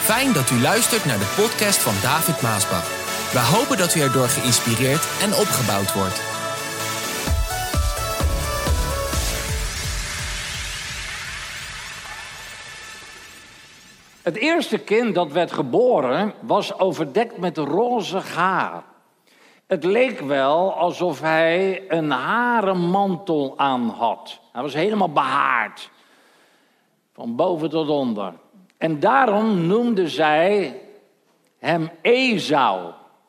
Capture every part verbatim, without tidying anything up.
Fijn dat u luistert naar de podcast van David Maasbach. We hopen dat u erdoor geïnspireerd en opgebouwd wordt. Het eerste kind dat werd geboren was overdekt met roze haar. Het leek wel alsof hij een haren mantel aan had. Hij was helemaal behaard, van boven tot onder. En daarom noemden zij hem Esau.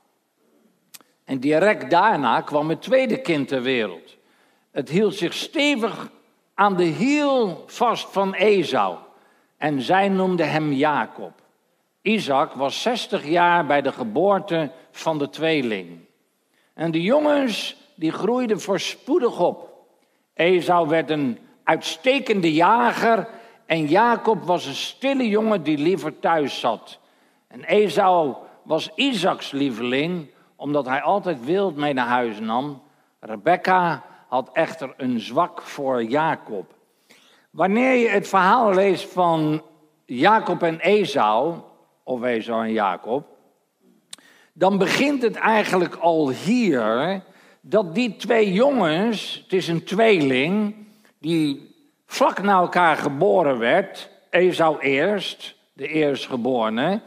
En direct daarna kwam het tweede kind ter wereld. Het hield zich stevig aan de hiel vast van Esau. En zij noemden hem Jacob. Isaac was zestig jaar bij de geboorte van de tweeling. En de jongens die groeiden voorspoedig op. Esau werd een uitstekende jager en Jacob was een stille jongen die liever thuis zat. En Esau was Isaaks lieveling, omdat hij altijd wild mee naar huis nam. Rebekka had echter een zwak voor Jacob. Wanneer je het verhaal leest van Jacob en Esau, of Esau en Jacob, dan begint het eigenlijk al hier dat die twee jongens, het is een tweeling, die vlak na elkaar geboren werd, Esau eerst, de eerstgeborene,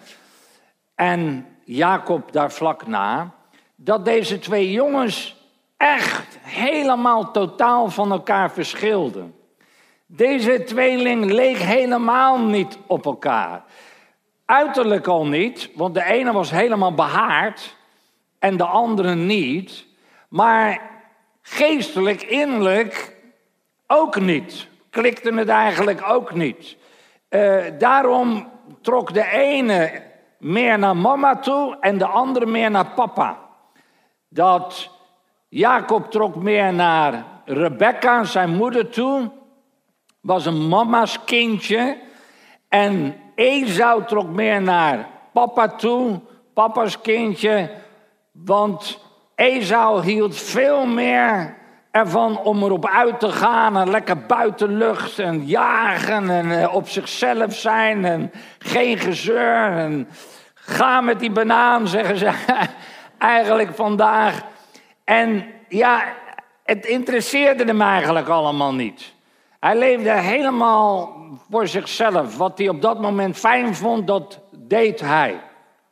en Jacob daar vlak na, dat deze twee jongens echt helemaal totaal van elkaar verschilden. Deze tweeling leek helemaal niet op elkaar. Uiterlijk al niet, want de ene was helemaal behaard en de andere niet. Maar geestelijk, innerlijk ook niet. Klikte het eigenlijk ook niet. Uh, daarom trok de ene meer naar mama toe en de andere meer naar papa. Dat Jacob trok meer naar Rebekka, zijn moeder, toe. Was een mama's kindje. En Esau trok meer naar papa toe, papa's kindje. Want Esau hield veel meer ervan om erop uit te gaan en lekker buitenlucht en jagen en op zichzelf zijn en geen gezeur. En ga met die banaan, zeggen ze eigenlijk vandaag. En ja, het interesseerde hem eigenlijk allemaal niet. Hij leefde helemaal voor zichzelf. Wat hij op dat moment fijn vond, dat deed hij.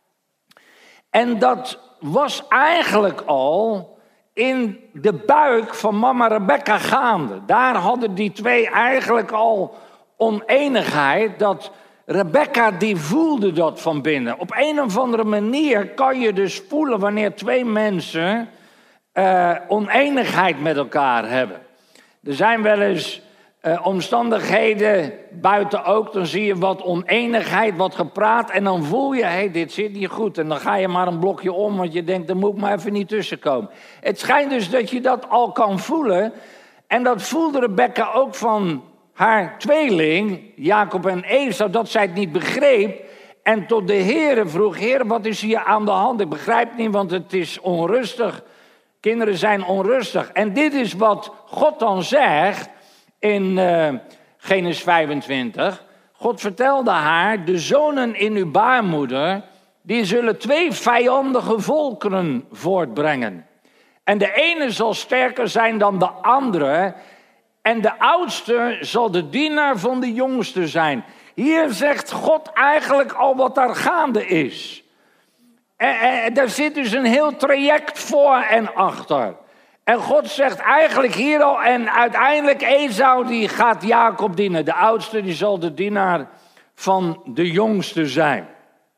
En dat was eigenlijk al in de buik van mama Rebekka gaande. Daar hadden die twee eigenlijk al oneenigheid. Dat Rebekka die voelde dat van binnen. Op een of andere manier kan je dus voelen wanneer twee mensen uh, oneenigheid met elkaar hebben. Er zijn wel eens Uh, omstandigheden buiten ook, dan zie je wat oneenigheid, wat gepraat en dan voel je, hé, hey, dit zit niet goed. En dan ga je maar een blokje om, want je denkt, daar moet ik maar even niet tussenkomen. Het schijnt dus dat je dat al kan voelen. En dat voelde Rebekka ook van haar tweeling, Jacob en Esau, dat zij het niet begreep. En tot de Heere vroeg, Heer, wat is hier aan de hand? Ik begrijp het niet, want het is onrustig. Kinderen zijn onrustig. En dit is wat God dan zegt in uh, Genesis vijfentwintig. God vertelde haar, de zonen in uw baarmoeder, die zullen twee vijandige volkeren voortbrengen. En de ene zal sterker zijn dan de andere. En de oudste zal de dienaar van de jongste zijn. Hier zegt God eigenlijk al wat daar gaande is. En, en daar zit dus een heel traject voor en achter. En God zegt eigenlijk hier al, en uiteindelijk Esau die gaat Jacob dienen. De oudste die zal de dienaar van de jongste zijn.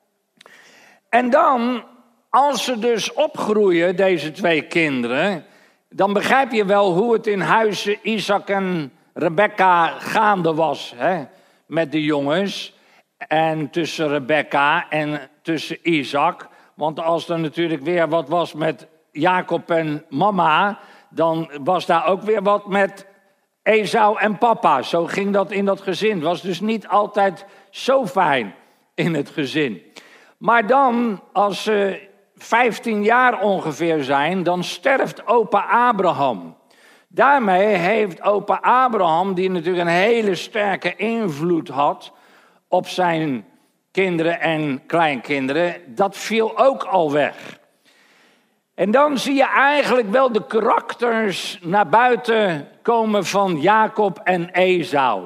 En dan, als ze dus opgroeien, deze twee kinderen, dan begrijp je wel hoe het in huizen Isaac en Rebekka gaande was. Hè? Met de jongens en tussen Rebekka en tussen Isaac. Want als er natuurlijk weer wat was met Jacob en mama, dan was daar ook weer wat met Esau en papa. Zo ging dat in dat gezin. Het was dus niet altijd zo fijn in het gezin. Maar dan, als ze vijftien jaar ongeveer zijn, dan sterft opa Abraham. Daarmee heeft opa Abraham, die natuurlijk een hele sterke invloed had op zijn kinderen en kleinkinderen, dat viel ook al weg. En dan zie je eigenlijk wel de karakters naar buiten komen van Jacob en Esau.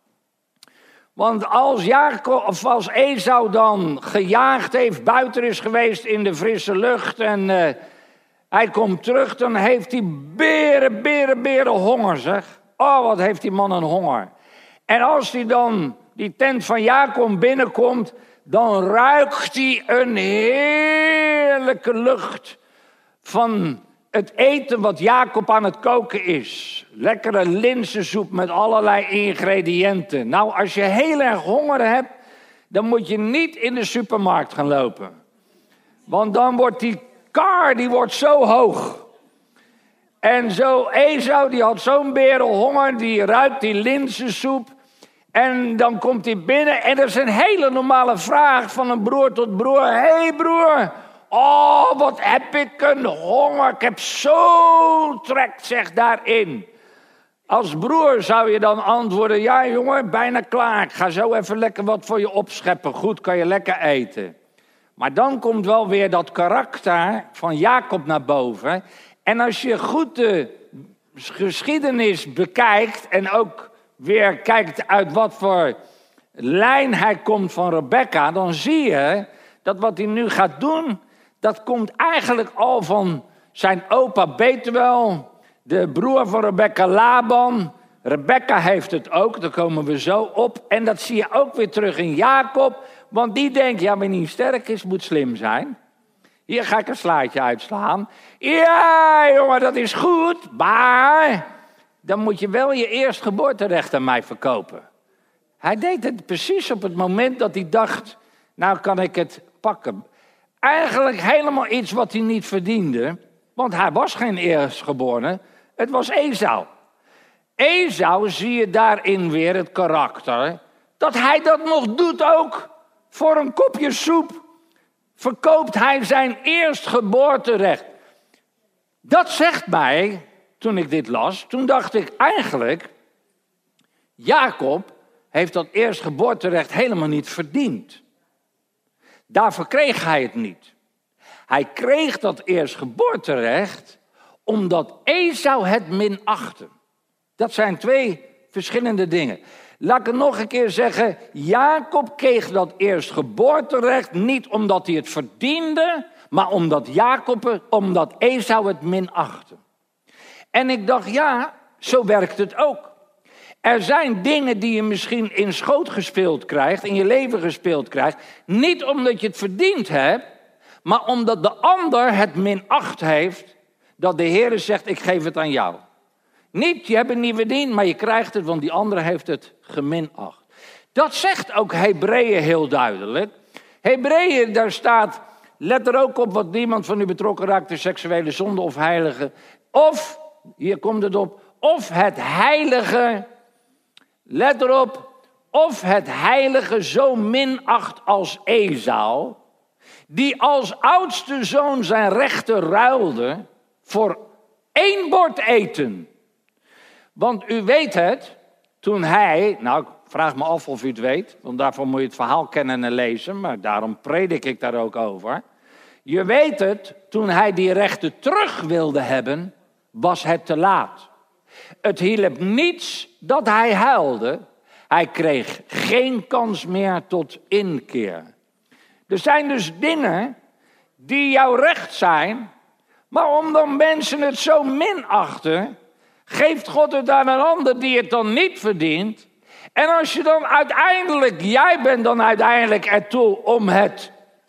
Want als, Jacob, of als Esau dan gejaagd heeft, buiten is geweest in de frisse lucht en uh, hij komt terug, dan heeft hij beren, beren, beren honger, zeg. Oh, wat heeft die man een honger. En als hij dan die tent van Jacob binnenkomt, dan ruikt hij een heerlijke lucht van het eten wat Jacob aan het koken is. Lekkere linzensoep met allerlei ingrediënten. Nou, als je heel erg honger hebt, dan moet je niet in de supermarkt gaan lopen. Want dan wordt die kar, die wordt zo hoog. En zo Esau, die had zo'n berenhonger, die ruikt die linzensoep. En dan komt hij binnen en dat is een hele normale vraag van een broer tot broer. Hé hey broer, oh wat heb ik een honger, ik heb zo trek, zeg daarin. Als broer zou je dan antwoorden, ja jongen, bijna klaar. Ik ga zo even lekker wat voor je opscheppen, goed, kan je lekker eten. Maar dan komt wel weer dat karakter van Jacob naar boven. En als je goed de geschiedenis bekijkt en ook weer kijkt uit wat voor lijn hij komt van Rebekka, dan zie je dat wat hij nu gaat doen, dat komt eigenlijk al van zijn opa Betuel, de broer van Rebekka Laban. Rebekka heeft het ook, daar komen we zo op. En dat zie je ook weer terug in Jacob, want die denkt, ja, wie niet sterk is, moet slim zijn. Hier ga ik een slaatje uitslaan. Ja, jongen, dat is goed, maar dan moet je wel je eerstgeboorterecht aan mij verkopen. Hij deed het precies op het moment dat hij dacht, nou kan ik het pakken. Eigenlijk helemaal iets wat hij niet verdiende, want hij was geen eerstgeborene, het was Esau. Esau zie je daarin weer het karakter, dat hij dat nog doet ook voor een kopje soep. Verkoopt hij zijn eerstgeboorterecht. Dat zegt mij, toen ik dit las, toen dacht ik eigenlijk, Jacob heeft dat eerstgeboorterecht helemaal niet verdiend. Daarvoor kreeg hij het niet. Hij kreeg dat eerstgeboorterecht omdat Esau het minachtte. Dat zijn twee verschillende dingen. Laat ik het nog een keer zeggen. Jacob kreeg dat eerstgeboorterecht niet omdat hij het verdiende, maar omdat, Jacob, omdat Esau het minachtte. En ik dacht, ja, zo werkt het ook. Er zijn dingen die je misschien in schoot gespeeld krijgt, in je leven gespeeld krijgt, niet omdat je het verdiend hebt, maar omdat de ander het minacht heeft, dat de Heer zegt, ik geef het aan jou. Niet, je hebt het niet verdiend, maar je krijgt het, want die andere heeft het geminacht. Dat zegt ook Hebreeën heel duidelijk. Hebreeën, daar staat, let er ook op wat niemand van u betrokken raakt, de seksuele zonde of heilige. Of, hier komt het op, of het heilige, let erop, of het heilige zo minacht als Esau, die als oudste zoon zijn rechten ruilde voor één bord eten. Want u weet het, toen hij, nou ik vraag me af of u het weet, want daarvoor moet je het verhaal kennen en lezen, maar daarom predik ik daar ook over. Je weet het, toen hij die rechten terug wilde hebben, was het te laat. Het hielp niets dat hij huilde, hij kreeg geen kans meer tot inkeer. Er zijn dus dingen die jouw recht zijn, maar omdat mensen het zo minachten, geeft God het aan een ander die het dan niet verdient. En als je dan uiteindelijk, jij bent dan uiteindelijk ertoe om het,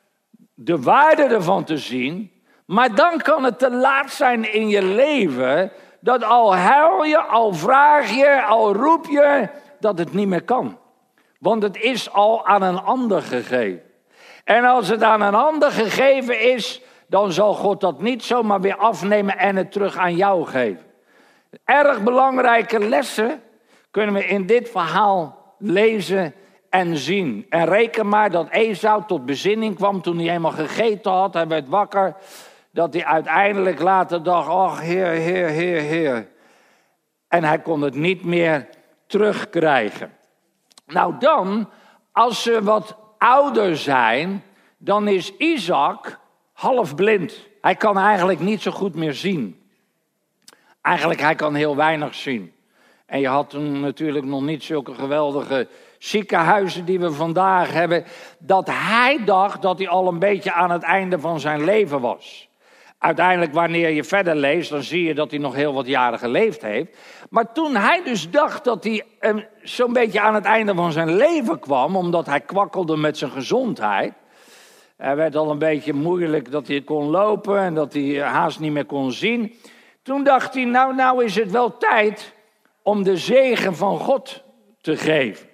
de waarde ervan te zien, maar dan kan het te laat zijn in je leven, dat al huil je, al vraag je, al roep je, dat het niet meer kan. Want het is al aan een ander gegeven. En als het aan een ander gegeven is, dan zal God dat niet zomaar weer afnemen en het terug aan jou geven. Erg belangrijke lessen kunnen we in dit verhaal lezen en zien. En reken maar dat Esau tot bezinning kwam toen hij eenmaal gegeten had. Hij werd wakker. Dat hij uiteindelijk later dacht, ach heer, heer, heer, heer. En hij kon het niet meer terugkrijgen. Nou dan, als ze wat ouder zijn, dan is Isaac half blind. Hij kan eigenlijk niet zo goed meer zien. Eigenlijk, hij kan heel weinig zien. En je had toen natuurlijk nog niet zulke geweldige ziekenhuizen die we vandaag hebben, dat hij dacht dat hij al een beetje aan het einde van zijn leven was. Uiteindelijk, wanneer je verder leest, dan zie je dat hij nog heel wat jaren geleefd heeft. Maar toen hij dus dacht dat hij eh, zo'n beetje aan het einde van zijn leven kwam, omdat hij kwakkelde met zijn gezondheid. Hij werd al een beetje moeilijk dat hij kon lopen en dat hij haast niet meer kon zien. Toen dacht hij, nou, nou is het wel tijd om de zegen van God te geven.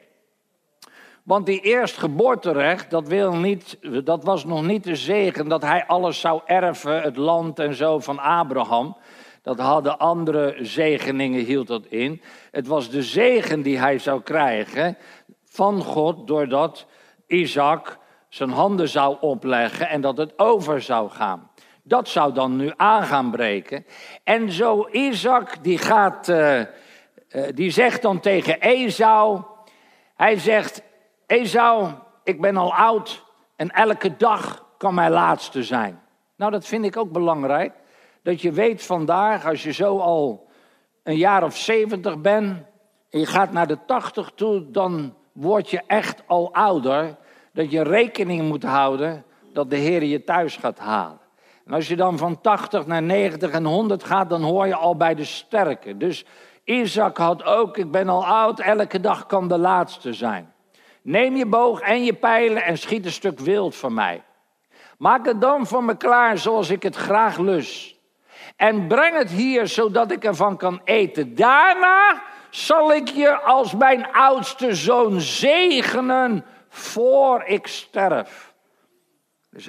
Want die eerstgeboorterecht, dat, wil niet, dat was nog niet de zegen dat hij alles zou erven, het land en zo van Abraham. Dat hadden andere zegeningen, hield dat in. Het was de zegen die hij zou krijgen van God, doordat Isaac zijn handen zou opleggen en dat het over zou gaan. Dat zou dan nu aan gaan breken. En zo Isaac, die, gaat, uh, uh, die zegt dan tegen Esau, hij zegt, Esau, ik ben al oud en elke dag kan mijn laatste zijn. Nou, dat vind ik ook belangrijk. Dat je weet vandaag, als je zo al een jaar of zeventig bent en je gaat naar de tachtig toe, dan word je echt al ouder. Dat je rekening moet houden dat de Heer je thuis gaat halen. En als je dan van tachtig naar negentig en honderd gaat, dan hoor je al bij de sterken. Dus Isaac had ook, ik ben al oud, elke dag kan de laatste zijn. Neem je boog en je pijlen en schiet een stuk wild van mij. Maak het dan voor me klaar zoals ik het graag lus. En breng het hier zodat ik ervan kan eten. Daarna zal ik je als mijn oudste zoon zegenen voor ik sterf. Dus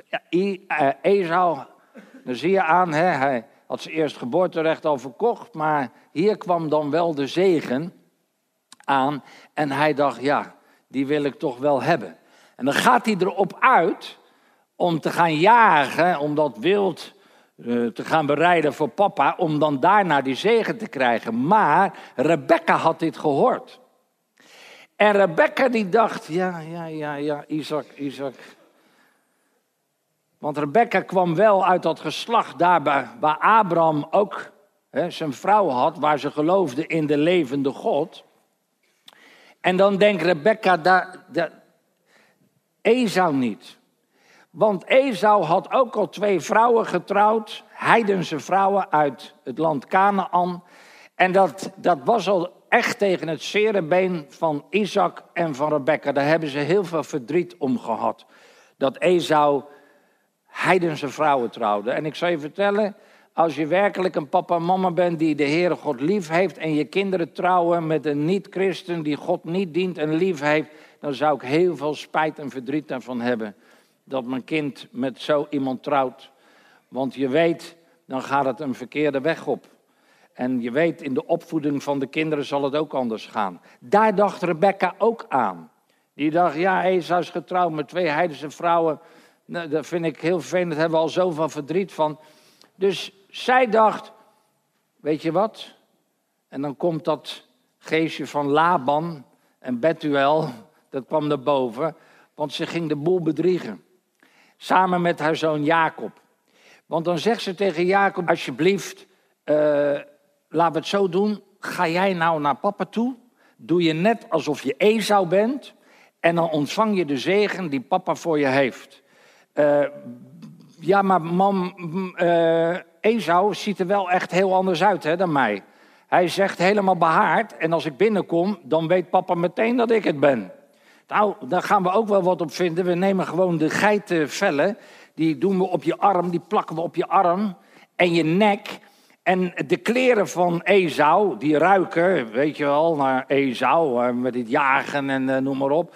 Esau, dan zie je aan, hè, hij had zijn eerst geboorterecht al verkocht, maar hier kwam dan wel de zegen aan. En hij dacht, ja, die wil ik toch wel hebben. En dan gaat hij erop uit om te gaan jagen, om dat wild uh, te gaan bereiden voor papa, om dan daarna die zegen te krijgen. Maar Rebekka had dit gehoord. En Rebekka die dacht, ja, ja, ja, ja, Isaac, Isaac. Want Rebekka kwam wel uit dat geslacht daar waar, waar Abraham ook hè, zijn vrouw had, waar ze geloofde in de levende God. En dan denkt Rebekka, daar, daar, Esau niet. Want Esau had ook al twee vrouwen getrouwd, heidense vrouwen uit het land Kanaan. En dat, dat was al echt tegen het zere been van Isaac en van Rebekka. Daar hebben ze heel veel verdriet om gehad. Dat Esau heidense vrouwen trouwde. En ik zal je vertellen, als je werkelijk een papa en mama bent die de Heere God lief heeft en je kinderen trouwen met een niet-christen die God niet dient en lief heeft, dan zou ik heel veel spijt en verdriet daarvan hebben dat mijn kind met zo iemand trouwt. Want je weet, dan gaat het een verkeerde weg op. En je weet, in de opvoeding van de kinderen zal het ook anders gaan. Daar dacht Rebekka ook aan. Die dacht, ja, Esau is getrouwd met twee heidense vrouwen. Nou, dat vind ik heel vervelend, daar hebben we al zoveel verdriet van. Dus zij dacht, weet je wat? En dan komt dat geestje van Laban en Bethuel, dat kwam naar boven. Want ze ging de boel bedriegen. Samen met haar zoon Jacob. Want dan zegt ze tegen Jacob, alsjeblieft, uh, laten we het zo doen. Ga jij nou naar papa toe? Doe je net alsof je Esau bent. En dan ontvang je de zegen die papa voor je heeft. Uh, ja, maar mam, uh, Esau ziet er wel echt heel anders uit hè, dan mij. Hij zegt helemaal behaard. En als ik binnenkom, dan weet papa meteen dat ik het ben. Nou, daar gaan we ook wel wat op vinden. We nemen gewoon de geitenvellen. Die doen we op je arm, die plakken we op je arm. En je nek. En de kleren van Esau, die ruiken, weet je wel, naar Esau. Met het jagen en uh, noem maar op.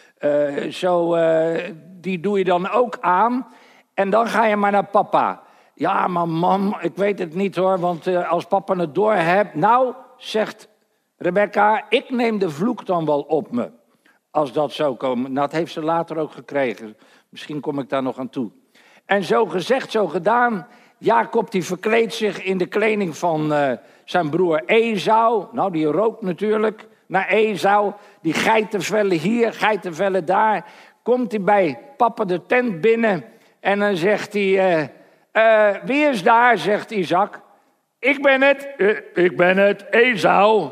Uh, zo, uh, die doe je dan ook aan. En dan ga je maar naar papa. Ja, maar mam, ik weet het niet hoor. Want uh, als papa het door hebt. Nou, zegt Rebekka, ik neem de vloek dan wel op me. Als dat zou komen. Nou, dat heeft ze later ook gekregen. Misschien kom ik daar nog aan toe. En zo gezegd, zo gedaan. Jacob die verkleedt zich in de kleding van uh, zijn broer Esau. Nou, die rookt natuurlijk naar Esau. Die geitenvellen hier, geitenvellen daar. komt hij bij papa de tent binnen en dan zegt hij, uh, uh, wie is daar, zegt Isaac. Ik ben het, uh, ik ben het, Esau.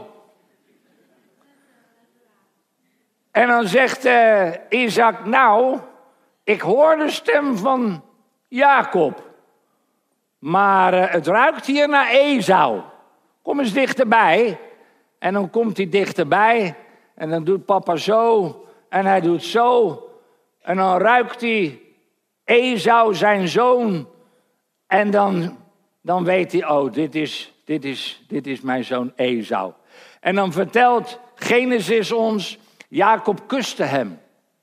En dan zegt uh, Isaac, nou, ik hoor de stem van Jacob. Maar uh, het ruikt hier naar Esau. Kom eens dichterbij. En dan komt hij dichterbij. En dan doet papa zo. En hij doet zo. En dan ruikt hij Esau, zijn zoon. En dan, dan weet hij, oh, dit is, dit, is, dit is mijn zoon Esau. En dan vertelt Genesis ons, Jacob kuste hem.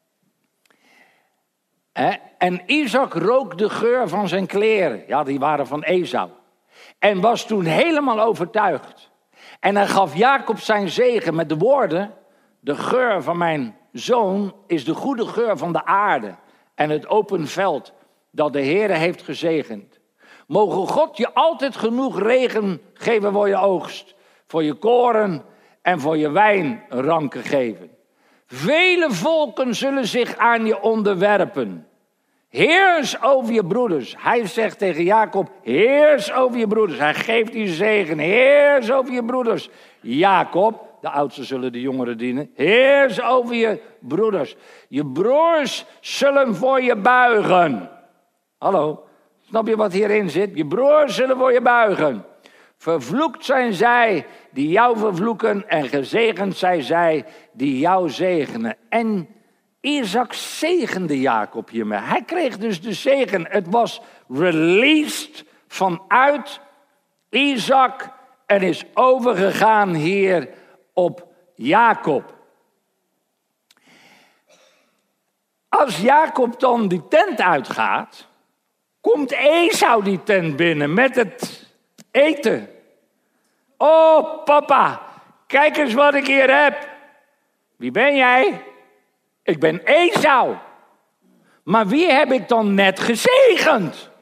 En Isaac rook de geur van zijn kleren. Ja, die waren van Esau. En was toen helemaal overtuigd. En hij gaf Jacob zijn zegen met de woorden, de geur van mijn zoon is de goede geur van de aarde en het open veld dat de Heere heeft gezegend. Mogen God je altijd genoeg regen geven voor je oogst, voor je koren en voor je wijnranken geven. Vele volken zullen zich aan je onderwerpen. Heers over je broeders. Hij zegt tegen Jacob, heers over je broeders. Hij geeft die zegen, heers over je broeders. Jacob, de oudsten zullen de jongeren dienen. Heers over je broeders. Je broers zullen voor je buigen. Hallo, snap je wat hierin zit? Je broers zullen voor je buigen. Vervloekt zijn zij die jou vervloeken en gezegend zijn zij die jou zegenen. En Isaac zegende Jacob hiermee. Hij kreeg dus de zegen. Het was released vanuit Isaac en is overgegaan hier op Jacob. Als Jacob dan die tent uitgaat, komt Esau die tent binnen met het eten. Oh papa, kijk eens wat ik hier heb. Wie ben jij? Ik ben Esau. Maar wie heb ik dan net gezegend?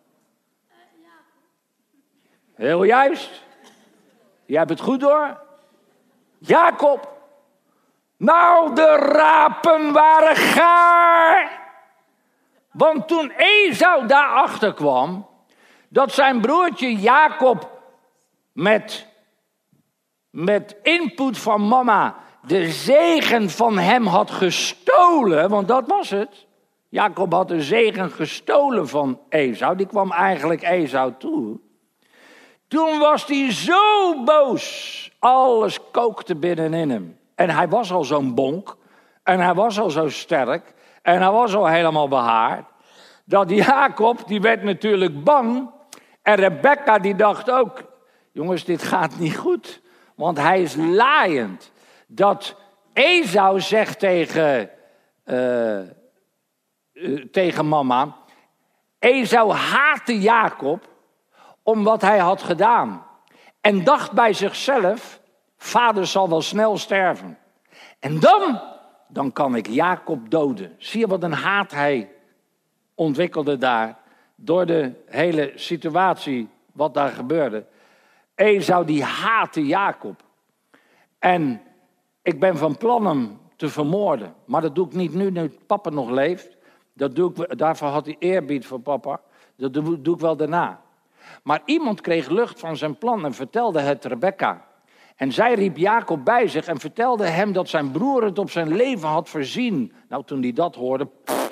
Heel juist. Je hebt het goed door. Jacob. Nou, de rapen waren gaar. Want toen Esau daarachter kwam, dat zijn broertje Jacob met, met input van mama de zegen van hem had gestolen, want dat was het. Jacob had de zegen gestolen van Esau, die kwam eigenlijk Esau toe. Toen was hij zo boos, alles kookte binnenin hem. En hij was al zo'n bonk, en hij was al zo sterk, en hij was al helemaal behaard, dat Jacob, die werd natuurlijk bang, en Rebekka die dacht ook, jongens, dit gaat niet goed, want hij is laaiend. Dat Esau zegt tegen, uh, uh, tegen mama, Esau haatte Jacob om wat hij had gedaan. En dacht bij zichzelf, vader zal wel snel sterven. En dan, dan kan ik Jacob doden. Zie je wat een haat hij ontwikkelde daar, door de hele situatie wat daar gebeurde. Esau die haatte Jacob. En ik ben van plan hem te vermoorden. Maar dat doe ik niet nu, nu papa nog leeft. Dat doe ik, daarvoor had hij eerbied voor papa. Dat doe, doe ik wel daarna. Maar iemand kreeg lucht van zijn plan en vertelde het Rebekka. En zij riep Jacob bij zich en vertelde hem dat zijn broer het op zijn leven had voorzien. Nou, toen hij dat hoorde...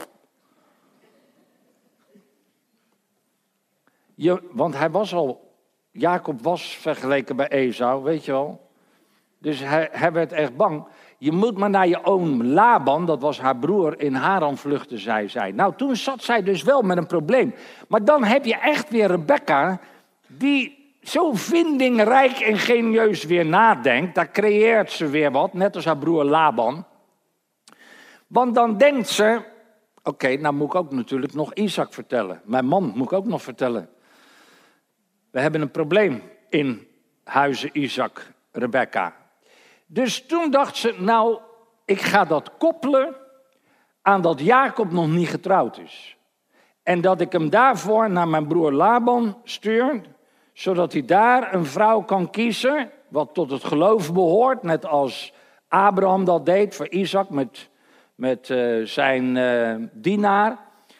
Je, want hij was al... Jacob was vergeleken bij Esau, weet je wel... Dus hij, hij werd echt bang. Je moet maar naar je oom Laban, dat was haar broer, in Haran vluchten, zei zij. Nou, toen zat zij dus wel met een probleem. Maar dan heb je echt weer Rebekka, die zo vindingrijk en genieus weer nadenkt. Daar creëert ze weer wat, net als haar broer Laban. Want dan denkt ze, oké, okay, nou moet ik ook natuurlijk nog Isaac vertellen. Mijn man moet ik ook nog vertellen. We hebben een probleem in huizen Isaac, Rebekka. Dus toen dacht ze, nou, ik ga dat koppelen aan dat Jacob nog niet getrouwd is. En dat ik hem daarvoor naar mijn broer Laban stuur, zodat hij daar een vrouw kan kiezen, wat tot het geloof behoort, net als Abraham dat deed voor Isaac met met uh, zijn uh, dienaar.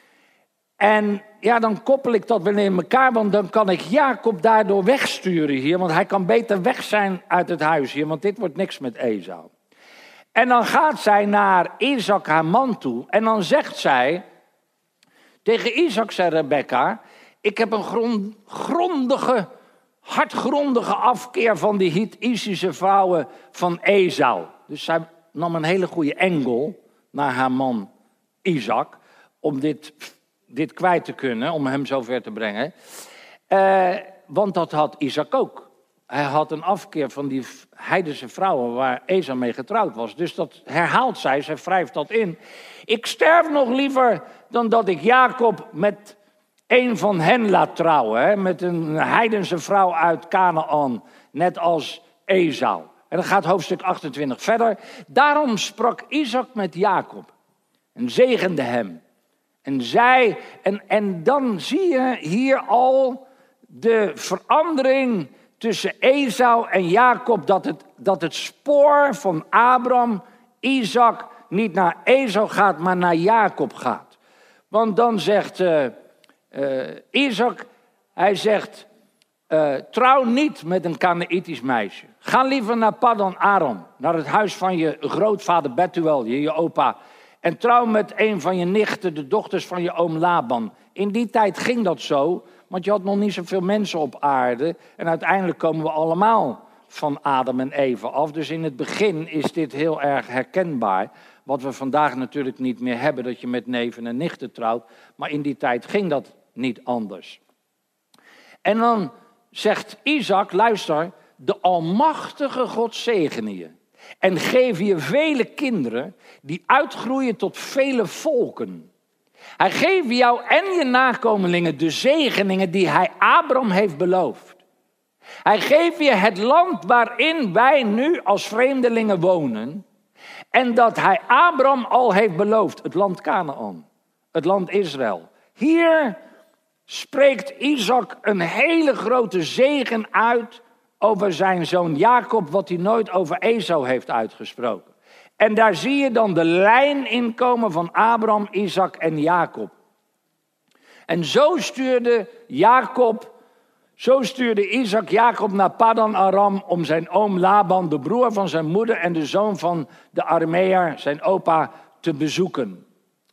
En ja, dan koppel ik dat weer in elkaar, want dan kan ik Jacob daardoor wegsturen hier. Want hij kan beter weg zijn uit het huis hier, want dit wordt niks met Esau. En dan gaat zij naar Isaac, haar man, toe. En dan zegt zij tegen Isaac, zei Rebekka, ik heb een grond, grondige, hartgrondige afkeer van die Hittische vrouwen van Esau. Dus zij nam een hele goede engel naar haar man Isaac, om dit, dit kwijt te kunnen, om hem zover te brengen. Uh, want dat had Isaac ook. Hij had een afkeer van die heidense vrouwen waar Esau mee getrouwd was. Dus dat herhaalt zij, zij wrijft dat in. Ik sterf nog liever dan dat ik Jacob met een van hen laat trouwen. Hè? Met een heidense vrouw uit Kanaan, net als Esau. En dan gaat hoofdstuk achtentwintig verder. Daarom sprak Isaac met Jacob en zegende hem. En zei, en, en dan zie je hier al de verandering tussen Esau en Jacob, dat het, dat het spoor van Abraham, Isaac, niet naar Esau gaat, maar naar Jacob gaat. Want dan zegt uh, uh, Isaac, hij zegt, uh, trouw niet met een Kanaïtisch meisje. Ga liever naar Paddan Aram, naar het huis van je grootvader Bethuel, je, je opa. En trouw met een van je nichten, de dochters van je oom Laban. In die tijd ging dat zo, want je had nog niet zoveel mensen op aarde. En uiteindelijk komen we allemaal van Adam en Eva af. Dus in het begin is dit heel erg herkenbaar. Wat we vandaag natuurlijk niet meer hebben, dat je met neven en nichten trouwt. Maar in die tijd ging dat niet anders. En dan zegt Isaac, luister, de almachtige God zegene je. En geef je vele kinderen die uitgroeien tot vele volken. Hij geeft jou en je nakomelingen de zegeningen die hij Abraham heeft beloofd. Hij geeft je het land waarin wij nu als vreemdelingen wonen. En dat hij Abraham al heeft beloofd, het land Kanaan, het land Israël. Hier spreekt Isaac een hele grote zegen uit over zijn zoon Jacob, wat hij nooit over Esau heeft uitgesproken. En daar zie je dan de lijn in komen van Abraham, Isaac en Jacob. En zo stuurde Jacob, zo stuurde Isaac Jacob naar Paddan Aram om zijn oom Laban, de broer van zijn moeder en de zoon van de Arameer, zijn opa, te bezoeken.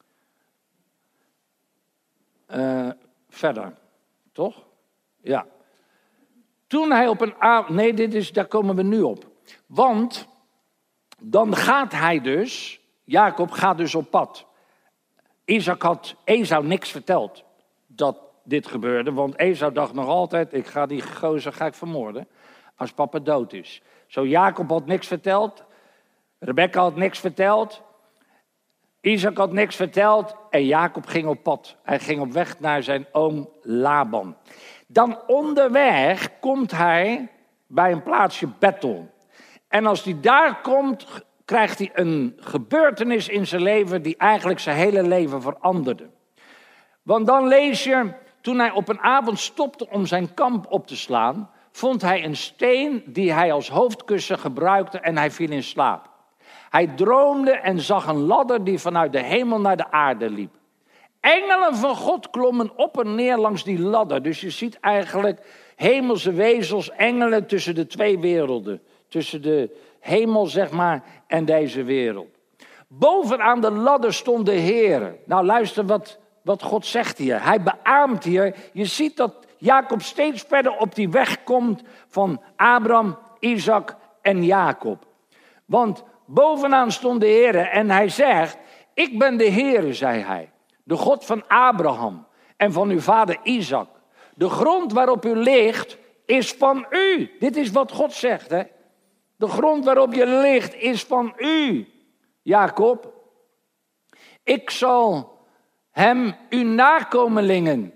Uh, verder, toch? Ja. Toen hij op een avond... Nee, dit is, daar komen we nu op. Want dan gaat hij dus... Jacob gaat dus op pad. Isaac had Esau niks verteld dat dit gebeurde. Want Esau dacht nog altijd, ik ga die gozer ga ik vermoorden als papa dood is. Zo Jacob had niks verteld. Rebekka had niks verteld. Isaac had niks verteld. En Jacob ging op pad. Hij ging op weg naar zijn oom Laban. Dan onderweg komt hij bij een plaatsje Bethel. En als hij daar komt, krijgt hij een gebeurtenis in zijn leven die eigenlijk zijn hele leven veranderde. Want dan lees je, toen hij op een avond stopte om zijn kamp op te slaan, vond hij een steen die hij als hoofdkussen gebruikte en hij viel in slaap. Hij droomde en zag een ladder die vanuit de hemel naar de aarde liep. Engelen van God klommen op en neer langs die ladder. Dus je ziet eigenlijk hemelse wezels, engelen tussen de twee werelden. Tussen de hemel, zeg maar, en deze wereld. Bovenaan de ladder stond de Heer. Nou, luister wat, wat God zegt hier. Hij beaamt hier. Je ziet dat Jacob steeds verder op die weg komt van Abraham, Isaac en Jacob. Want bovenaan stond de Heer en hij zegt, ik ben de Heer, zei hij. De God van Abraham en van uw vader Isaac. De grond waarop u ligt is van u. Dit is wat God zegt, hè. De grond waarop je ligt is van u, Jacob. Ik zal hem uw nakomelingen,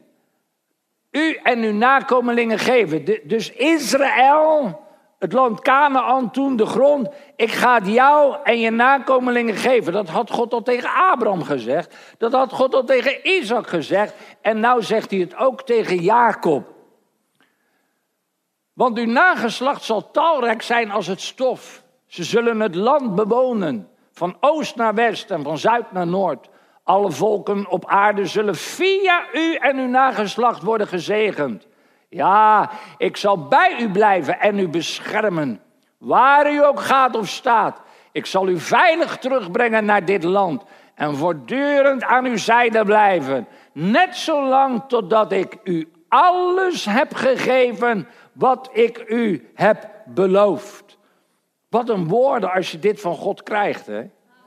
u en uw nakomelingen geven. De, dus Israël, het land Kanaan toen, de grond. Ik ga het jou en je nakomelingen geven. Dat had God al tegen Abraham gezegd. Dat had God al tegen Isaac gezegd. En nou zegt hij het ook tegen Jacob. Want uw nageslacht zal talrijk zijn als het stof. Ze zullen het land bewonen van oost naar west en van zuid naar noord. Alle volken op aarde zullen via u en uw nageslacht worden gezegend. Ja, ik zal bij u blijven en u beschermen. Waar u ook gaat of staat. Ik zal u veilig terugbrengen naar dit land. En voortdurend aan uw zijde blijven. Net zolang totdat ik u alles heb gegeven wat ik u heb beloofd. Wat een woorden als je dit van God krijgt, hè?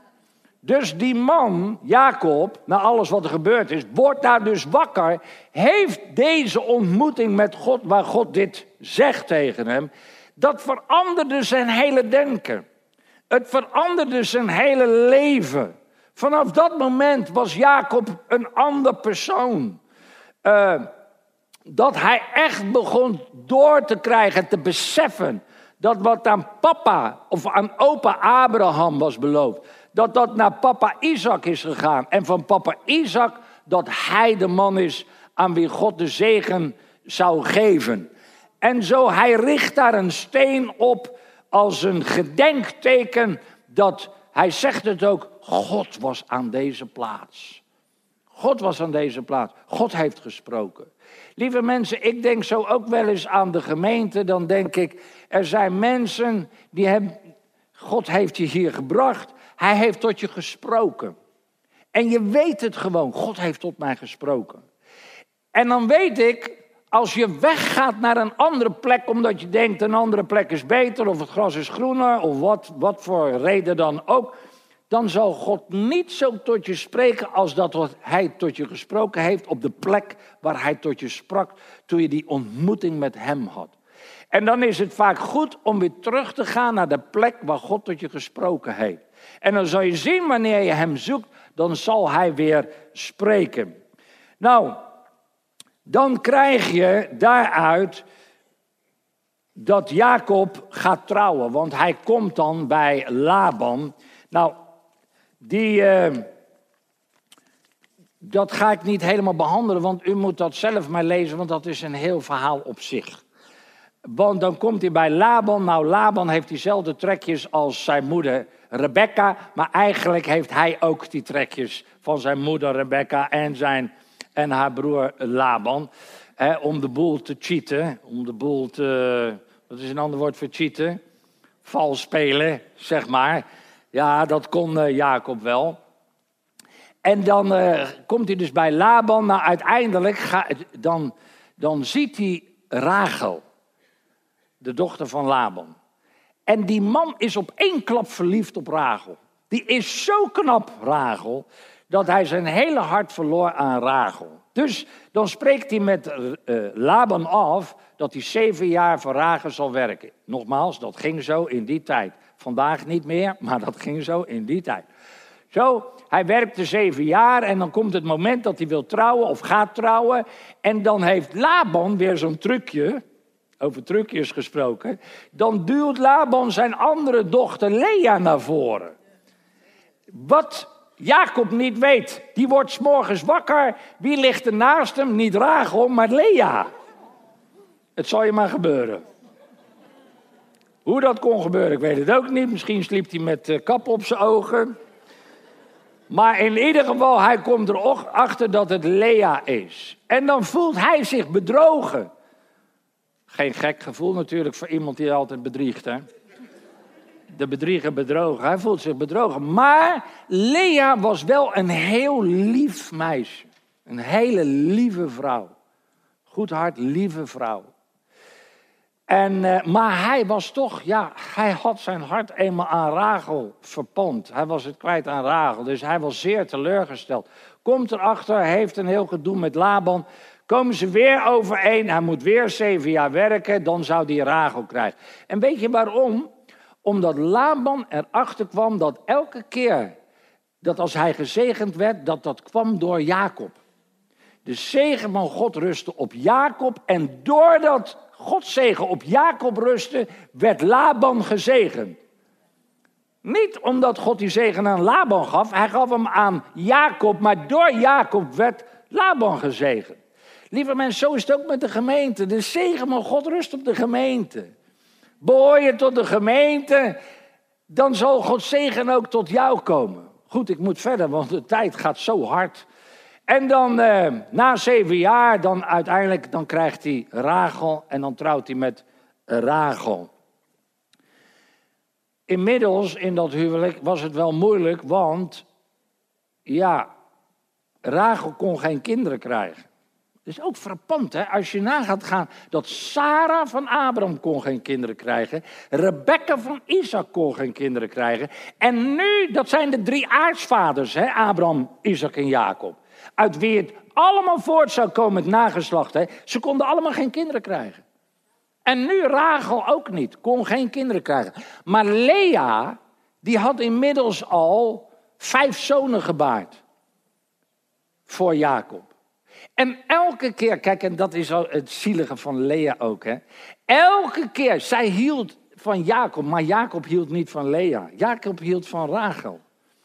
Dus die man, Jacob, na alles wat er gebeurd is, wordt daar dus wakker. Heeft deze ontmoeting met God, waar God dit zegt tegen hem. Dat veranderde zijn hele denken. Het veranderde zijn hele leven. Vanaf dat moment was Jacob een ander persoon. Uh, dat hij echt begon door te krijgen, te beseffen. Dat wat aan papa of aan opa Abraham was beloofd. Dat dat naar papa Isaac is gegaan. En van papa Isaac dat hij de man is aan wie God de zegen zou geven. En zo hij richt daar een steen op als een gedenkteken. Dat hij zegt het ook, God was aan deze plaats. God was aan deze plaats. God heeft gesproken. Lieve mensen, ik denk zo ook wel eens aan de gemeente. Dan denk ik, er zijn mensen die hebben... God heeft je hier gebracht. Hij heeft tot je gesproken. En je weet het gewoon. God heeft tot mij gesproken. En dan weet ik, als je weggaat naar een andere plek, omdat je denkt een andere plek is beter, of het gras is groener, of wat, wat voor reden dan ook, dan zal God niet zo tot je spreken als dat wat hij tot je gesproken heeft op de plek waar hij tot je sprak toen je die ontmoeting met hem had. En dan is het vaak goed om weer terug te gaan naar de plek waar God tot je gesproken heeft. En dan zal je zien wanneer je hem zoekt, dan zal hij weer spreken. Nou, dan krijg je daaruit dat Jacob gaat trouwen. Want hij komt dan bij Laban. Nou, die, uh, dat ga ik niet helemaal behandelen, want u moet dat zelf maar lezen, want dat is een heel verhaal op zich. Want dan komt hij bij Laban. Nou, Laban heeft diezelfde trekjes als zijn moeder Rebekka. Maar eigenlijk heeft hij ook die trekjes van zijn moeder Rebekka en, zijn, en haar broer Laban. Hè, om de boel te cheaten. Om de boel te... Wat is een ander woord voor cheaten? Vals spelen, zeg maar. Ja, dat kon uh, Jacob wel. En dan uh, komt hij dus bij Laban. Nou, uiteindelijk ga, dan, dan ziet hij Rachel. De dochter van Laban. En die man is op één klap verliefd op Rachel. Die is zo knap, Rachel, dat hij zijn hele hart verloor aan Rachel. Dus dan spreekt hij met uh, Laban af dat hij zeven jaar voor Rachel zal werken. Nogmaals, dat ging zo in die tijd. Vandaag niet meer, maar dat ging zo in die tijd. Zo, hij werkte zeven jaar en dan komt het moment dat hij wil trouwen of gaat trouwen. En dan heeft Laban weer zo'n trucje... Over trucjes gesproken. Dan duwt Laban zijn andere dochter Lea naar voren. Wat Jacob niet weet. Die wordt 's morgens wakker. Wie ligt er naast hem? Niet Rachel, maar Lea. Het zal je maar gebeuren. Hoe dat kon gebeuren, ik weet het ook niet. Misschien sliep hij met kap op zijn ogen. Maar in ieder geval, hij komt erachter dat het Lea is. En dan voelt hij zich bedrogen. Geen gek gevoel natuurlijk voor iemand die altijd bedriegt, hè. De bedrieger bedrogen, hij voelt zich bedrogen. Maar Lea was wel een heel lief meisje. Een hele lieve vrouw. Goed hart, lieve vrouw. En, uh, maar hij was toch, ja, hij had zijn hart eenmaal aan Rachel verpand. Hij was het kwijt aan Rachel, dus hij was zeer teleurgesteld. Komt erachter, heeft een heel gedoe met Laban. Komen ze weer overeen, hij moet weer zeven jaar werken, dan zou hij Rachel krijgen. En weet je waarom? Omdat Laban erachter kwam dat elke keer dat als hij gezegend werd, dat dat kwam door Jacob. De zegen van God rustte op Jacob en doordat Gods zegen op Jacob rustte, werd Laban gezegend. Niet omdat God die zegen aan Laban gaf, hij gaf hem aan Jacob, maar door Jacob werd Laban gezegend. Lieve mensen, zo is het ook met de gemeente. De zegen van God rust op de gemeente. Behoor je tot de gemeente, dan zal Gods zegen ook tot jou komen. Goed, ik moet verder, want de tijd gaat zo hard. En dan eh, na zeven jaar, dan uiteindelijk dan krijgt hij Rachel en dan trouwt hij met Rachel. Inmiddels in dat huwelijk was het wel moeilijk, want ja, Rachel kon geen kinderen krijgen. Dat is ook frappant, hè? Als je na gaat gaan dat Sarah van Abraham kon geen kinderen krijgen. Rebekka van Isaac kon geen kinderen krijgen. En nu, dat zijn de drie aartsvaders, hè? Abraham, Isaac en Jacob. Uit wie het allemaal voort zou komen, het nageslacht. Hè? Ze konden allemaal geen kinderen krijgen. En nu Rachel ook niet, kon geen kinderen krijgen. Maar Lea, die had inmiddels al vijf zonen gebaard. Voor Jacob. En elke keer, kijk, en dat is al het zielige van Lea ook, hè. Elke keer, zij hield van Jacob, maar Jacob hield niet van Lea. Jacob hield van Rachel.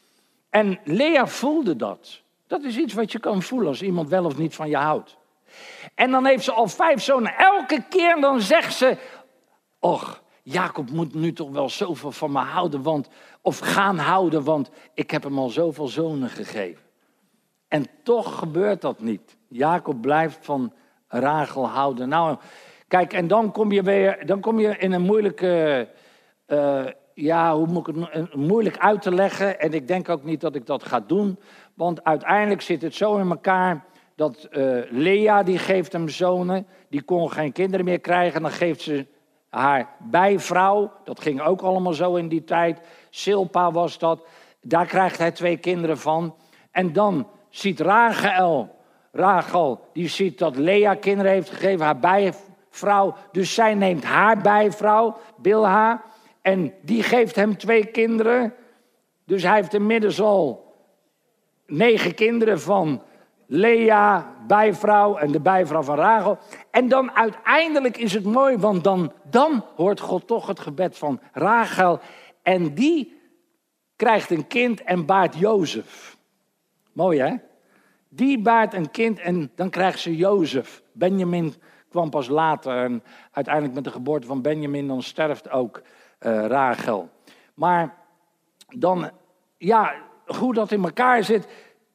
En Lea voelde dat. Dat is iets wat je kan voelen als iemand wel of niet van je houdt. En dan heeft ze al vijf zonen. Elke keer dan zegt ze, och, Jacob moet nu toch wel zoveel van me houden, want, of gaan houden, want ik heb hem al zoveel zonen gegeven. En toch gebeurt dat niet. Jacob blijft van Rachel houden. Nou, kijk, en dan kom je weer, dan kom je in een moeilijke, uh, ja, hoe moet ik het, moeilijk uit te leggen. En ik denk ook niet dat ik dat ga doen. Want uiteindelijk zit het zo in elkaar dat uh, Lea, die geeft hem zonen. Die kon geen kinderen meer krijgen. Dan geeft ze haar bijvrouw. Dat ging ook allemaal zo in die tijd. Silpa was dat. Daar krijgt hij twee kinderen van. En dan ziet Rachel, Rachel, die ziet dat Lea kinderen heeft gegeven, haar bijvrouw. Dus zij neemt haar bijvrouw, Bilha, en die geeft hem twee kinderen. Dus hij heeft inmiddels al negen kinderen van Lea, bijvrouw en de bijvrouw van Rachel. En dan uiteindelijk is het mooi, want dan, dan hoort God toch het gebed van Rachel. En die krijgt een kind en baart Jozef. Mooi, hè? Die baart een kind en dan krijgt ze Jozef. Benjamin kwam pas later en uiteindelijk met de geboorte van Benjamin dan sterft ook uh, Rachel. Maar dan, ja, hoe dat in elkaar zit.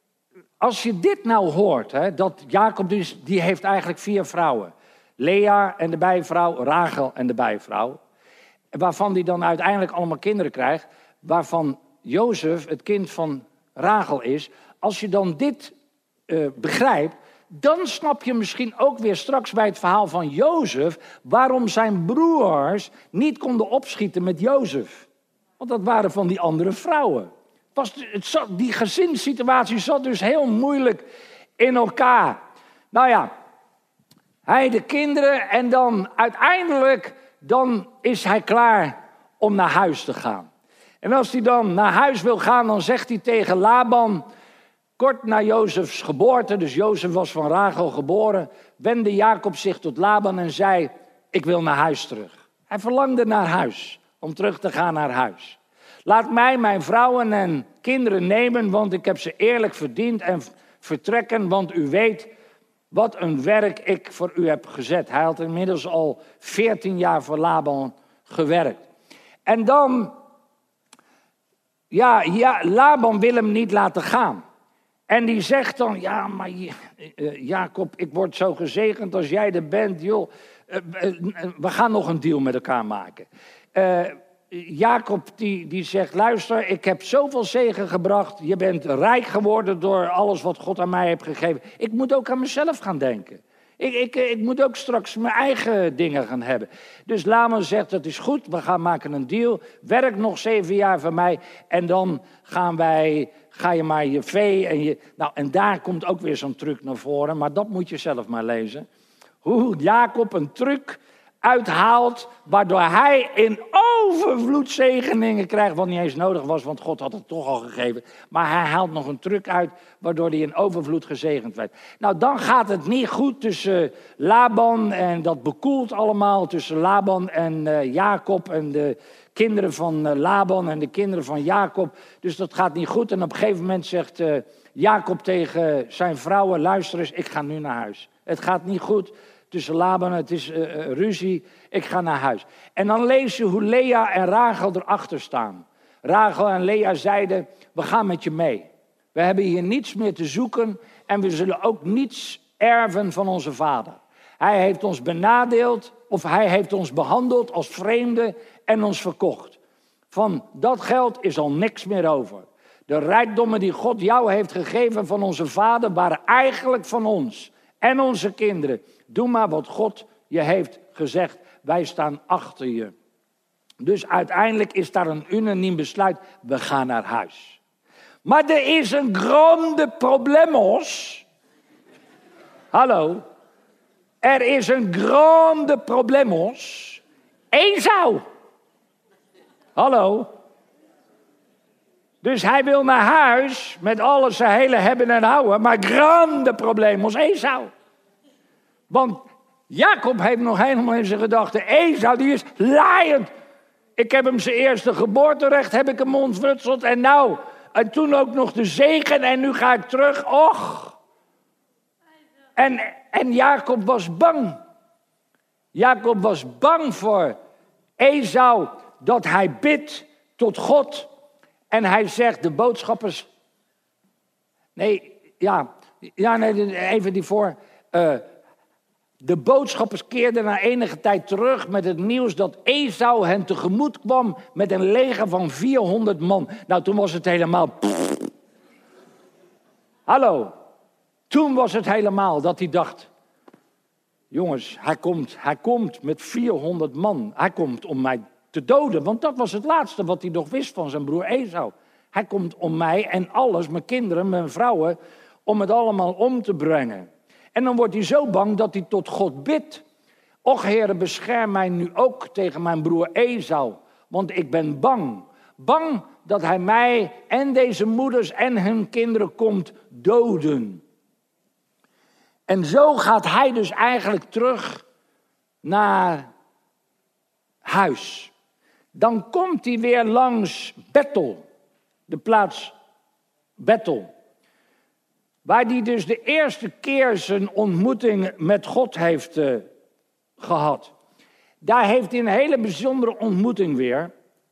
Als je dit nou hoort, hè, dat Jacob dus, die heeft eigenlijk vier vrouwen. Lea en de bijvrouw, Rachel en de bijvrouw. Waarvan die dan uiteindelijk allemaal kinderen krijgt. Waarvan Jozef het kind van Rachel is. Als je dan dit uh, begrijpt, dan snap je misschien ook weer straks bij het verhaal van Jozef waarom zijn broers niet konden opschieten met Jozef. Want dat waren van die andere vrouwen. Het was, het zat, die gezinssituatie zat dus heel moeilijk in elkaar. Nou ja, hij de kinderen en dan uiteindelijk dan is hij klaar om naar huis te gaan. En als hij dan naar huis wil gaan, dan zegt hij tegen Laban, kort na Jozefs geboorte, dus Jozef was van Rachel geboren, wendde Jacob zich tot Laban en zei, ik wil naar huis terug. Hij verlangde naar huis, om terug te gaan naar huis. Laat mij mijn vrouwen en kinderen nemen, want ik heb ze eerlijk verdiend en vertrekken, want u weet wat een werk ik voor u heb gezet. Hij had inmiddels al veertien jaar voor Laban gewerkt. En dan, ja, ja, Laban wil hem niet laten gaan. En die zegt dan, ja, maar uh, Jacob, ik word zo gezegend als jij er bent, joh. Uh, uh, we gaan nog een deal met elkaar maken. Uh, Jacob die, die zegt, luister, ik heb zoveel zegen gebracht. Je bent rijk geworden door alles wat God aan mij heeft gegeven. Ik moet ook aan mezelf gaan denken. Ik, ik, ik moet ook straks mijn eigen dingen gaan hebben. Dus Laban zegt, dat is goed, we gaan maken een deal. Werk nog zeven jaar voor mij en dan gaan wij, ga je maar je vee. En, je, nou, en daar komt ook weer zo'n truc naar voren, maar dat moet je zelf maar lezen. Hoe Jacob een truc uithaalt, waardoor hij in overvloed zegeningen krijgt, wat niet eens nodig was, want God had het toch al gegeven. Maar hij haalt nog een truc uit, waardoor hij in overvloed gezegend werd. Nou, dan gaat het niet goed tussen Laban, en dat bekoelt allemaal, tussen Laban en uh, Jacob en de kinderen van uh, Laban en de kinderen van Jacob. Dus dat gaat niet goed. En op een gegeven moment zegt uh, Jacob tegen zijn vrouwen, luister eens, ik ga nu naar huis. Het gaat niet goed tussen Laban, het is uh, ruzie, ik ga naar huis. En dan lees je hoe Lea en Rachel erachter staan. Rachel en Lea zeiden, we gaan met je mee. We hebben hier niets meer te zoeken en we zullen ook niets erven van onze vader. Hij heeft ons benadeeld of hij heeft ons behandeld als vreemden en ons verkocht. Van dat geld is al niks meer over. De rijkdommen die God jou heeft gegeven van onze vader waren eigenlijk van ons en onze kinderen. Doe maar wat God je heeft gezegd. Wij staan achter je. Dus uiteindelijk is daar een unaniem besluit. We gaan naar huis. Maar er is een grande problemos. Hallo. Er is een grande problemos. Esau. Hallo. Dus hij wil naar huis met alles zijn hele hebben en houden. Maar grande problemos. Esau. Want Jacob heeft nog helemaal in zijn gedachten. Esau die is laaiend. Ik heb hem zijn eerste geboorterecht, heb ik hem ontfutseld. En nou, en toen ook nog de zegen en nu ga ik terug. Och. En, en Jacob was bang. Jacob was bang voor Esau dat hij bidt tot God. En hij zegt, de boodschappers... Nee, ja, ja nee, even die voor... Uh, De boodschappers keerden na enige tijd terug met het nieuws dat Esau hen tegemoet kwam met een leger van vierhonderd man. Nou, toen was het helemaal... Pff. Hallo. Toen was het helemaal dat hij dacht... Jongens, hij komt, hij komt met vierhonderd man. Hij komt om mij te doden. Want dat was het laatste wat hij nog wist van zijn broer Esau. Hij komt om mij en alles, mijn kinderen, mijn vrouwen... om het allemaal om te brengen. En dan wordt hij zo bang dat hij tot God bidt. Och, Heere, bescherm mij nu ook tegen mijn broer Esau. Want ik ben bang. Bang dat hij mij en deze moeders en hun kinderen komt doden. En zo gaat hij dus eigenlijk terug naar huis. Dan komt hij weer langs Bethel. De plaats Bethel. Waar hij dus de eerste keer zijn ontmoeting met God heeft uh, gehad. Daar heeft hij een hele bijzondere ontmoeting weer.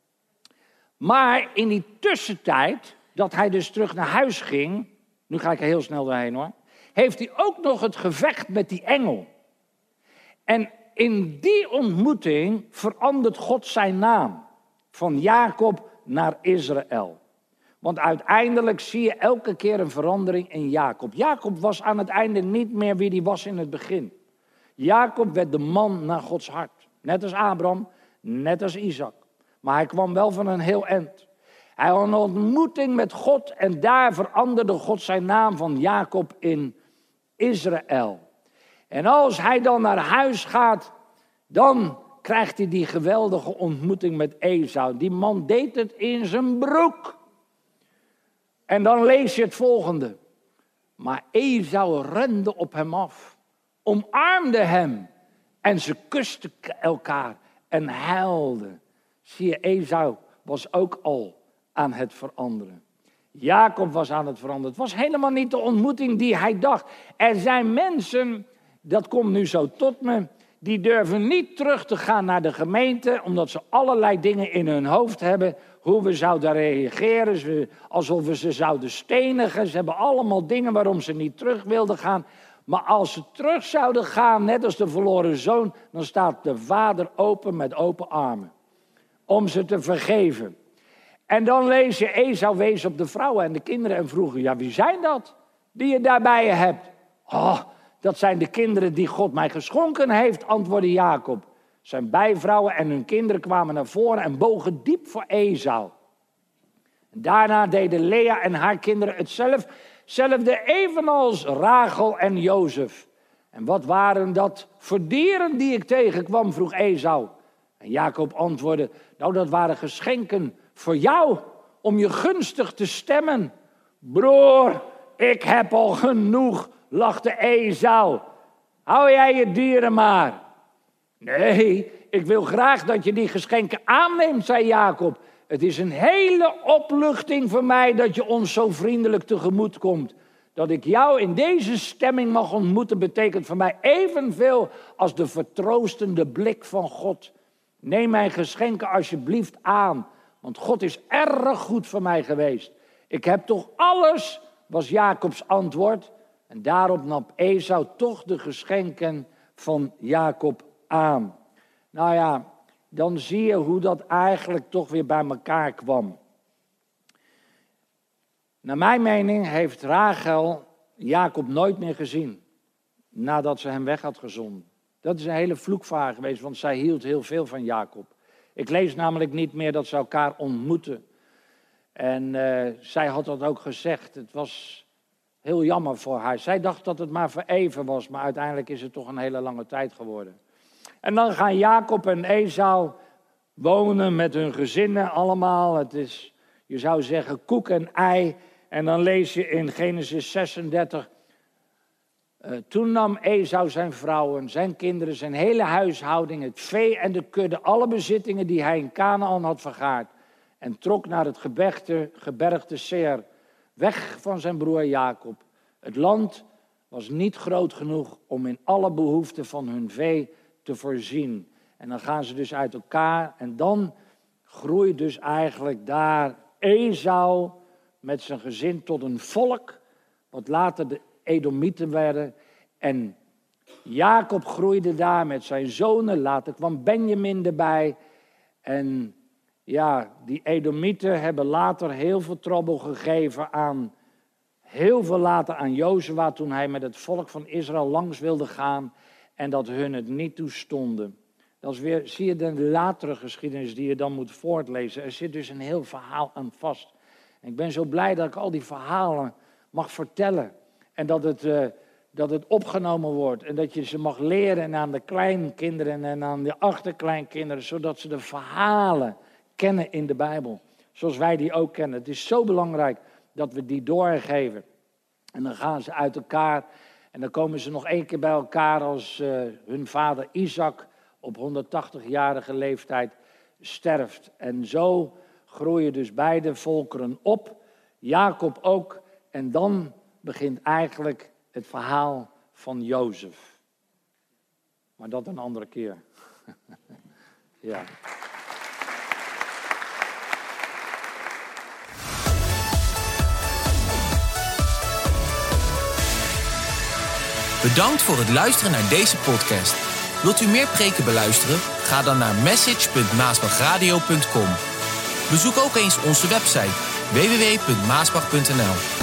Maar in die tussentijd, dat hij dus terug naar huis ging... Nu ga ik er heel snel doorheen hoor. Heeft hij ook nog het gevecht met die engel. En in die ontmoeting verandert God zijn naam. Van Jacob naar Israël. Want uiteindelijk zie je elke keer een verandering in Jacob. Jacob was aan het einde niet meer wie hij was in het begin. Jacob werd de man naar Gods hart. Net als Abraham, net als Isaac. Maar hij kwam wel van een heel eind. Hij had een ontmoeting met God en daar veranderde God zijn naam van Jacob in Israël. En als hij dan naar huis gaat, dan krijgt hij die geweldige ontmoeting met Esau. Die man deed het in zijn broek. En dan lees je het volgende. Maar Esau rende op hem af, omarmde hem en ze kusten elkaar en huilden. Zie je, Esau was ook al aan het veranderen. Jacob was aan het veranderen. Het was helemaal niet de ontmoeting die hij dacht. Er zijn mensen, dat komt nu zo tot me, die durven niet terug te gaan naar de gemeente, omdat ze allerlei dingen in hun hoofd hebben, hoe we zouden reageren, alsof we ze zouden stenigen. Ze hebben allemaal dingen waarom ze niet terug wilden gaan. Maar als ze terug zouden gaan, net als de verloren zoon, dan staat de vader open met open armen. Om ze te vergeven. En dan lees je, Esau wees op de vrouwen en de kinderen en vroegen, ja, wie zijn dat die je daarbij je hebt? Oh, dat zijn de kinderen die God mij geschonken heeft, antwoordde Jacob. Zijn bijvrouwen en hun kinderen kwamen naar voren en bogen diep voor Esau. Daarna deden Lea en haar kinderen hetzelfde, evenals Rachel en Jozef. En wat waren dat voor dieren die ik tegenkwam, vroeg Esau. En Jacob antwoordde, nou dat waren geschenken voor jou, om je gunstig te stemmen. Broer, ik heb al genoeg, lachte Esau. Hou jij je dieren maar. Nee, ik wil graag dat je die geschenken aanneemt, zei Jacob. Het is een hele opluchting voor mij dat je ons zo vriendelijk tegemoet komt. Dat ik jou in deze stemming mag ontmoeten betekent voor mij evenveel als de vertroostende blik van God. Neem mijn geschenken alsjeblieft aan, Want God is erg goed voor mij geweest. Ik heb toch alles, was Jacobs antwoord. En daarop nam Esau toch de geschenken van Jacob aan. Nou ja, dan zie je hoe dat eigenlijk toch weer bij elkaar kwam. Naar mijn mening heeft Rachel Jacob nooit meer gezien. Nadat ze hem weg had gezonden. Dat is een hele vloek voor haar geweest, want zij hield heel veel van Jacob. Ik lees namelijk niet meer dat ze elkaar ontmoeten. En uh, zij had dat ook gezegd. Het was heel jammer voor haar. Zij dacht dat het maar voor even was, maar uiteindelijk is het toch een hele lange tijd geworden. En dan gaan Jacob en Esau wonen met hun gezinnen allemaal. Het is, je zou zeggen, koek en ei. En dan lees je in Genesis zesendertig... Uh, toen nam Esau zijn vrouwen, zijn kinderen, zijn hele huishouding, het vee en de kudde, alle bezittingen die hij in Kanaan had vergaard. En trok naar het gebergte, gebergte Seir, weg van zijn broer Jacob. Het land was niet groot genoeg om in alle behoeften van hun vee te voorzien. En dan gaan ze dus uit elkaar en dan groeit dus eigenlijk daar Esau met zijn gezin tot een volk, wat later de Edomieten werden. En Jacob groeide daar met zijn zonen. Later kwam Benjamin erbij. En ja, die Edomieten hebben later heel veel trouble gegeven aan, heel veel later aan Jozua, toen hij met het volk van Israël langs wilde gaan en dat hun het niet toestonden. Dat is weer, zie je de latere geschiedenis die je dan moet voortlezen. Er zit dus een heel verhaal aan vast. En ik ben zo blij dat ik al die verhalen mag vertellen. En dat het, uh, dat het opgenomen wordt. En dat je ze mag leren aan de kleinkinderen en aan de achterkleinkinderen. Zodat ze de verhalen kennen in de Bijbel. Zoals wij die ook kennen. Het is zo belangrijk dat we die doorgeven. En dan gaan ze uit elkaar. En dan komen ze nog één keer bij elkaar als uh, hun vader Isaac op honderdtachtigjarige leeftijd sterft. En zo groeien dus beide volkeren op. Jacob ook. En dan begint eigenlijk het verhaal van Jozef. Maar dat een andere keer. Ja. Bedankt voor het luisteren naar deze podcast. Wilt u meer preken beluisteren? Ga dan naar message punt maasbachradio punt com. Bezoek ook eens onze website w w w punt maasbach punt n l.